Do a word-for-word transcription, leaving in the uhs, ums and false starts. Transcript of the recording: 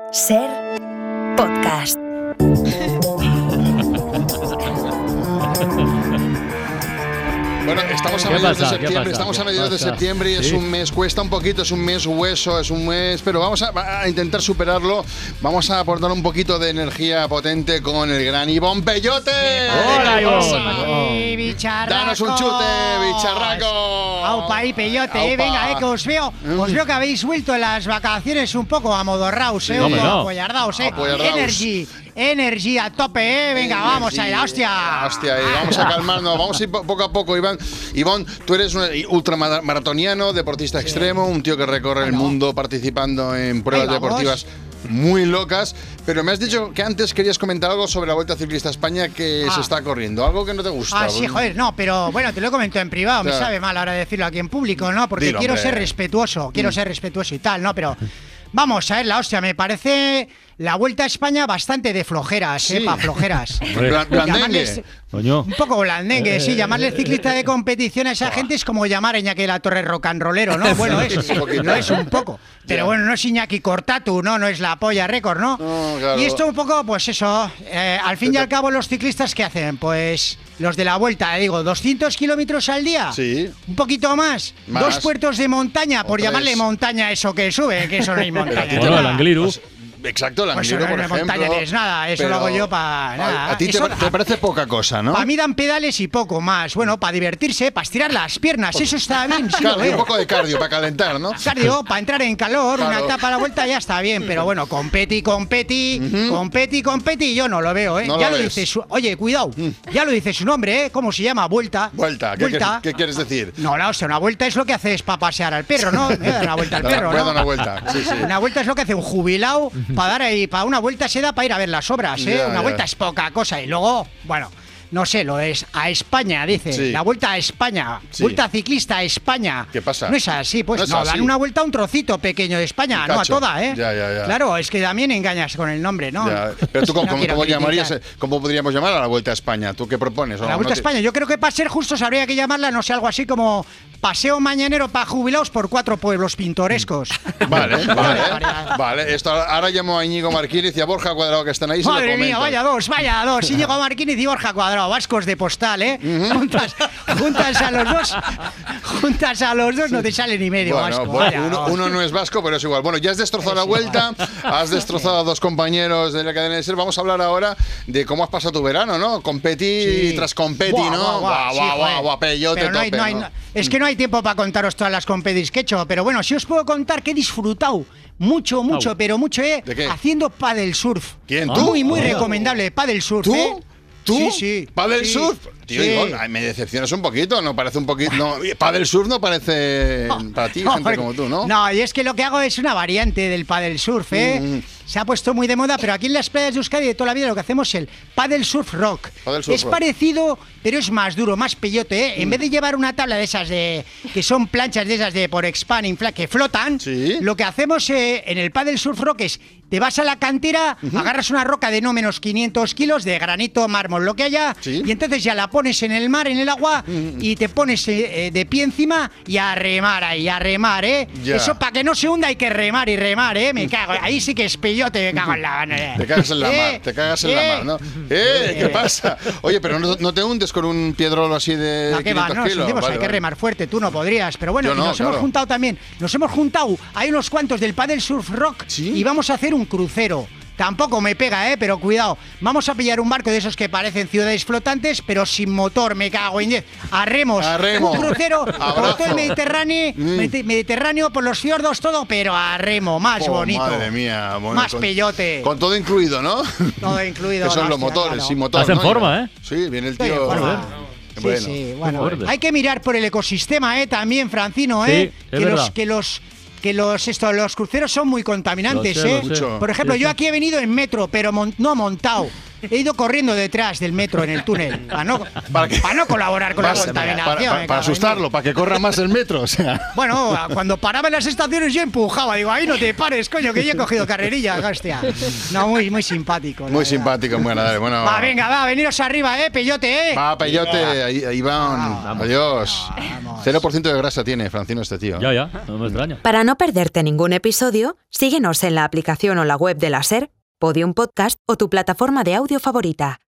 Ser podcast. Bueno, estamos a mediados de septiembre, estamos a mediados de septiembre y es un mes, cuesta un poquito, es un mes hueso, es un mes, pero vamos a, a intentar superarlo. Vamos a aportar un poquito de energía potente con el gran Ivón Peyote. ¡Hola, Ivón! ¡Bicharraco! ¡Danos un chute, bicharraco! ¡Aupa y Peyote! Eh, venga, eh, que os veo, os veo que habéis vuelto en las vacaciones un poco amodorraos, eh, Sí. un poco No. apoyardaos, eh. Apoyardaos. Energy, energy a tope, eh. Venga, vamos a ir, hostia. Hostia, y vamos a calmarnos, vamos a ir po- poco a poco, Iván. Ivón, tú eres un ultramaratoniano, deportista extremo, un tío que recorre el mundo participando en pruebas Ahí vamos. deportivas muy locas, pero me has dicho que antes querías comentar algo sobre la Vuelta Ciclista a España que Ah. se está corriendo, algo que no te gusta. Ah, sí, joder, no, pero bueno, te lo he comentado en privado, me Ya. sabe mal ahora decirlo aquí en público, ¿no? Porque Dilo, quiero hombre. ser respetuoso, quiero Mm. ser respetuoso y tal, ¿no? Pero vamos a ver, la hostia, me parece la Vuelta a España bastante de flojeras, ¿eh? Sí. Pa' flojeras. Blan- blandengue. Llamarles- Coño. Un poco blandengue, sí, llamarle ciclista de competición a esa Buah. gente es como llamar a Iñaki de la Torre rock and rollero, ¿no? Bueno, es, Un poquito. lo es un poco. Pero Ya. bueno, no es Iñaki Cortatu, ¿no? No es la polla récord, ¿no? No, claro. Y esto un poco, pues eso, eh, al fin y al cabo los ciclistas, ¿qué hacen? Pues los de la Vuelta, digo, doscientos kilómetros al día. Sí. Un poquito más. Más. Dos puertos de montaña, por O tres. llamarle montaña a eso que sube, que eso no hay montaña. a ti te Bueno, va- el Angliru. Pues, exacto, el Pues Angliru, eso por no es ejemplo. montaña ni es nada, eso pero lo hago yo pa' a- nada. A, ti te, Eso- te parece poca cosa, ¿no? Para mí dan pedales y poco más. Bueno, para divertirse, para estirar las piernas, eso está bien, sí lo Cardio, un veo. poco de cardio para calentar, ¿no? Cardio, para entrar en calor, Claro. una etapa a la vuelta ya está bien, pero bueno, competi, competi, competi, competi, yo no lo veo, ¿eh? No ya lo lo, ves. dice su... Oye, cuidado, ya lo dice su nombre, ¿eh? ¿Cómo se llama? Vuelta. Vuelta, ¿qué, Vuelta. qué- qué quieres decir? No, la hostia, una vuelta es lo que haces para pasear al perro, ¿no? Me da una vuelta al Da- perro, voy a dar ¿no? una vuelta, sí, sí. Una vuelta es lo que hace un jubilado para dar ahí, para una vuelta se da para ir a ver las obras, ¿eh? Ya, una ya. vuelta es poca cosa y luego, bueno, no sé, lo es a España, dice. Sí. La vuelta a España. Sí. Vuelta ciclista a España. ¿Qué pasa? No es así, pues No no, es así. dan una vuelta a un trocito pequeño de España, Un no a cacho. toda, ¿eh? Ya, ya, ya. Claro, es que también engañas con el nombre, ¿no? Ya, pero tú, ¿cómo, No cómo- quiero cómo criticar. llamarías, eh, cómo podríamos llamar a la Vuelta a España? ¿Tú qué propones? La ¿O no Vuelta a te- España, yo creo que para ser justos habría que llamarla, no sé, algo así como Paseo Mañanero para jubilados por cuatro pueblos pintorescos. Vale, vale, barbaridad. vale. Esto, ahora llamo a Íñigo Marquínez y a Borja Cuadrado que están ahí. se lo Madre mía, comento. vaya dos, vaya dos. Íñigo Marquínez y Borja Cuadrado, vascos de postal, ¿eh? juntas, juntas a los dos, juntas a los dos no te sale ni medio Bueno, vasco. bueno, vaya uno, dos. uno no es vasco, pero es igual. Bueno, ya has destrozado la vuelta, has destrozado a dos compañeros de la cadena de ser. Vamos a hablar ahora de cómo has pasado tu verano, ¿no? Competi Sí. tras competi, Buah, ¿no? buah, buah, Guau, sí, guau, joder. guau, guau, peyote Pero no hay- tope, no hay- ¿no? no- es que no hay tiempo para contaros todas las compedis que he hecho, pero bueno, sí os puedo contar que he disfrutado mucho, mucho, Au. pero mucho, ¿eh? ¿De qué? Haciendo paddle surf. ¿Quién, Ah, tú? Muy, muy Ah. recomendable, paddle surf, ¿Tú? ¿eh? ¿Tú? Sí, sí. ¿Paddle sí, surf? Tío, sí. Ivonne, ay, me decepcionas un poquito, ¿no? Parece un poquito... No, paddle surf no parece para ti, No, gente porque- como tú, ¿no? No, y es que lo que hago es una variante del paddle surf, ¿eh? Mm. Se ha puesto muy de moda, pero aquí en las playas de Euskadi de toda la vida lo que hacemos es el paddle surf rock. Paddle surf es rock. parecido, pero es más duro, más peyote, ¿eh? Mm. En vez de llevar una tabla de esas de... que son planchas de esas de por expand, infla, que flotan, Sí. lo que hacemos eh, en el paddle surf rock es... Te vas a la cantera, agarras una roca de no menos quinientos kilos de granito, mármol, lo que haya, Sí. y entonces ya la pones en el mar, en el agua, y te pones eh, eh, de pie encima y a remar ahí, a remar, ¿eh? Ya. Eso para que no se hunda hay que remar y remar, ¿eh? Me cago, ahí sí que es peyote, me cago en la... Te cagas en la Eh, mar, te cagas en eh. la mar, ¿no? ¡Eh! ¿Qué pasa? Oye, pero no, no te hundes con un piedrolo así de No, ¿qué va? quinientos No, nos kilos. hundimos, Vale, hay que vale. remar fuerte, tú no podrías. Pero bueno, Yo y no, nos claro. hemos juntado también, nos hemos juntado, hay unos cuantos del Paddle Surf Rock ¿Sí? y vamos a hacer un crucero. Tampoco me pega, ¿eh? Pero cuidado. Vamos a pillar un barco de esos que parecen ciudades flotantes, pero sin motor, me cago en diez. A remos. A remo. Un crucero por Abrazo. todo el Mediterráneo, Mm. Mediter- Mediterráneo, por los fiordos, todo, pero a remo, más Oh, bonito. Madre mía. Bueno, Más con- peyote. Con todo incluido, ¿no? Todo incluido. Que son la los hostia, motores, claro. sin motor. Estás en ¿no? forma, ¿eh? Sí, viene el Estoy en tío. forma. Sí, Bueno. sí, bueno. fuerte. Hay que mirar por el ecosistema, ¿eh? También, Francino, ¿eh? Sí, es que, los, verdad. que los que los esto, los cruceros son muy contaminantes, Lo sé, ¿eh? lo sé. Mucho. Por ejemplo, Sí, yo sí. aquí he venido en metro, pero mon- no montado. he ido corriendo detrás del metro en el túnel para no, ¿Para qué? para no colaborar con la Para, contaminación. para, para, me para cago en asustarlo, Dios. para que corra más el metro. O sea. Bueno, cuando paraba en las estaciones yo empujaba. Digo, ahí no te pares, coño, que yo he cogido carrerilla, hostia. No, muy, muy simpático. Muy simpático, bueno, dale, bueno. Va, venga, va, veniros arriba, eh, peyote, eh. Va, peyote, ahí, ahí van. Vamos. Adiós. Vamos. cero por ciento de grasa tiene, Francino, este tío. Ya, ya, no me extraña. Para no perderte ningún episodio, síguenos en la aplicación o la web de la SER, Podium Podcast o tu plataforma de audio favorita.